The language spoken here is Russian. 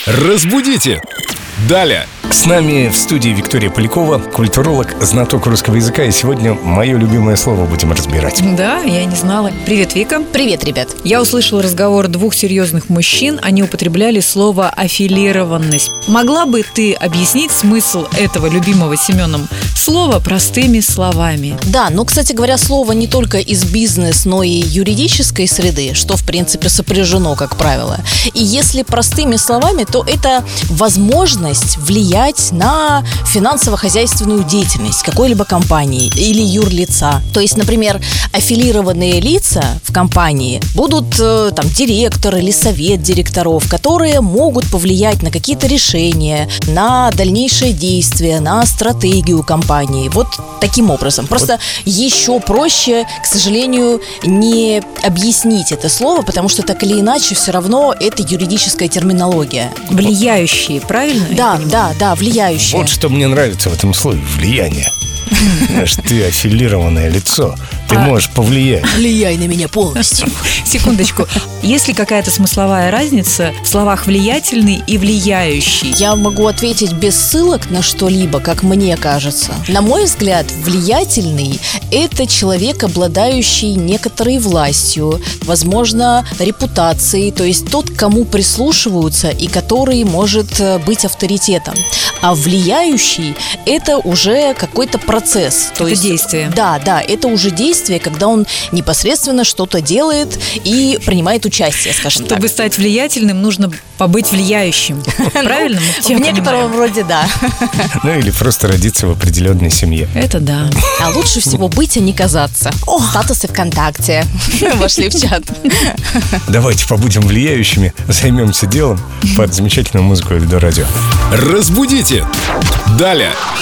Разбудите! Далее! С нами в студии Виктория Полякова, культуролог, знаток русского языка. И сегодня мое любимое слово будем разбирать. Да, я не знала. Привет, Вика. Привет, ребят. Я услышала разговор двух серьезных мужчин. Они употребляли слово «аффилированность». Могла бы ты объяснить смысл этого любимого Семеном слова простыми словами? Да, кстати говоря, слово не только из бизнес, но и юридической среды, что, в принципе, сопряжено, как правило. И если простыми словами, то это возможность влиять на финансово-хозяйственную деятельность какой-либо компании или юрлица. То есть, например, аффилированные лица в компании будут директор или совет директоров, которые могут повлиять на какие-то решения, на дальнейшие действия, на стратегию компании. Вот таким образом. Просто еще проще, к сожалению, не объяснить это слово, потому что так или иначе все равно это юридическая терминология. Влияющие, правильно? Да, влияющие. Вот что мне нравится в этом слове – влияние. Знаешь, ты аффилированное лицо, ты можешь повлиять. Влияй на меня полностью. Секундочку. Есть ли какая-то смысловая разница в словах «влиятельный» и «влияющий»? Я могу ответить без ссылок на что-либо, как мне кажется. На мой взгляд, влиятельный – это человек, обладающий некоторой властью, возможно, репутацией, то есть тот, к кому прислушиваются и который может быть авторитетом. А влияющий – это уже какой-то процесс. То есть действие. Да, это уже действие, когда он непосредственно что-то делает и принимает участие, скажем так. Чтобы стать влиятельным, нужно побыть влияющим. Правильно? В некотором роде да. Или просто родиться в определенной семье. Это да. А лучше всего быть, а не казаться. Статусы ВКонтакте. Вошли в чат. Давайте побудем влияющими, займемся делом под замечательную музыку Эльдо Радио. Разбудите! Далее!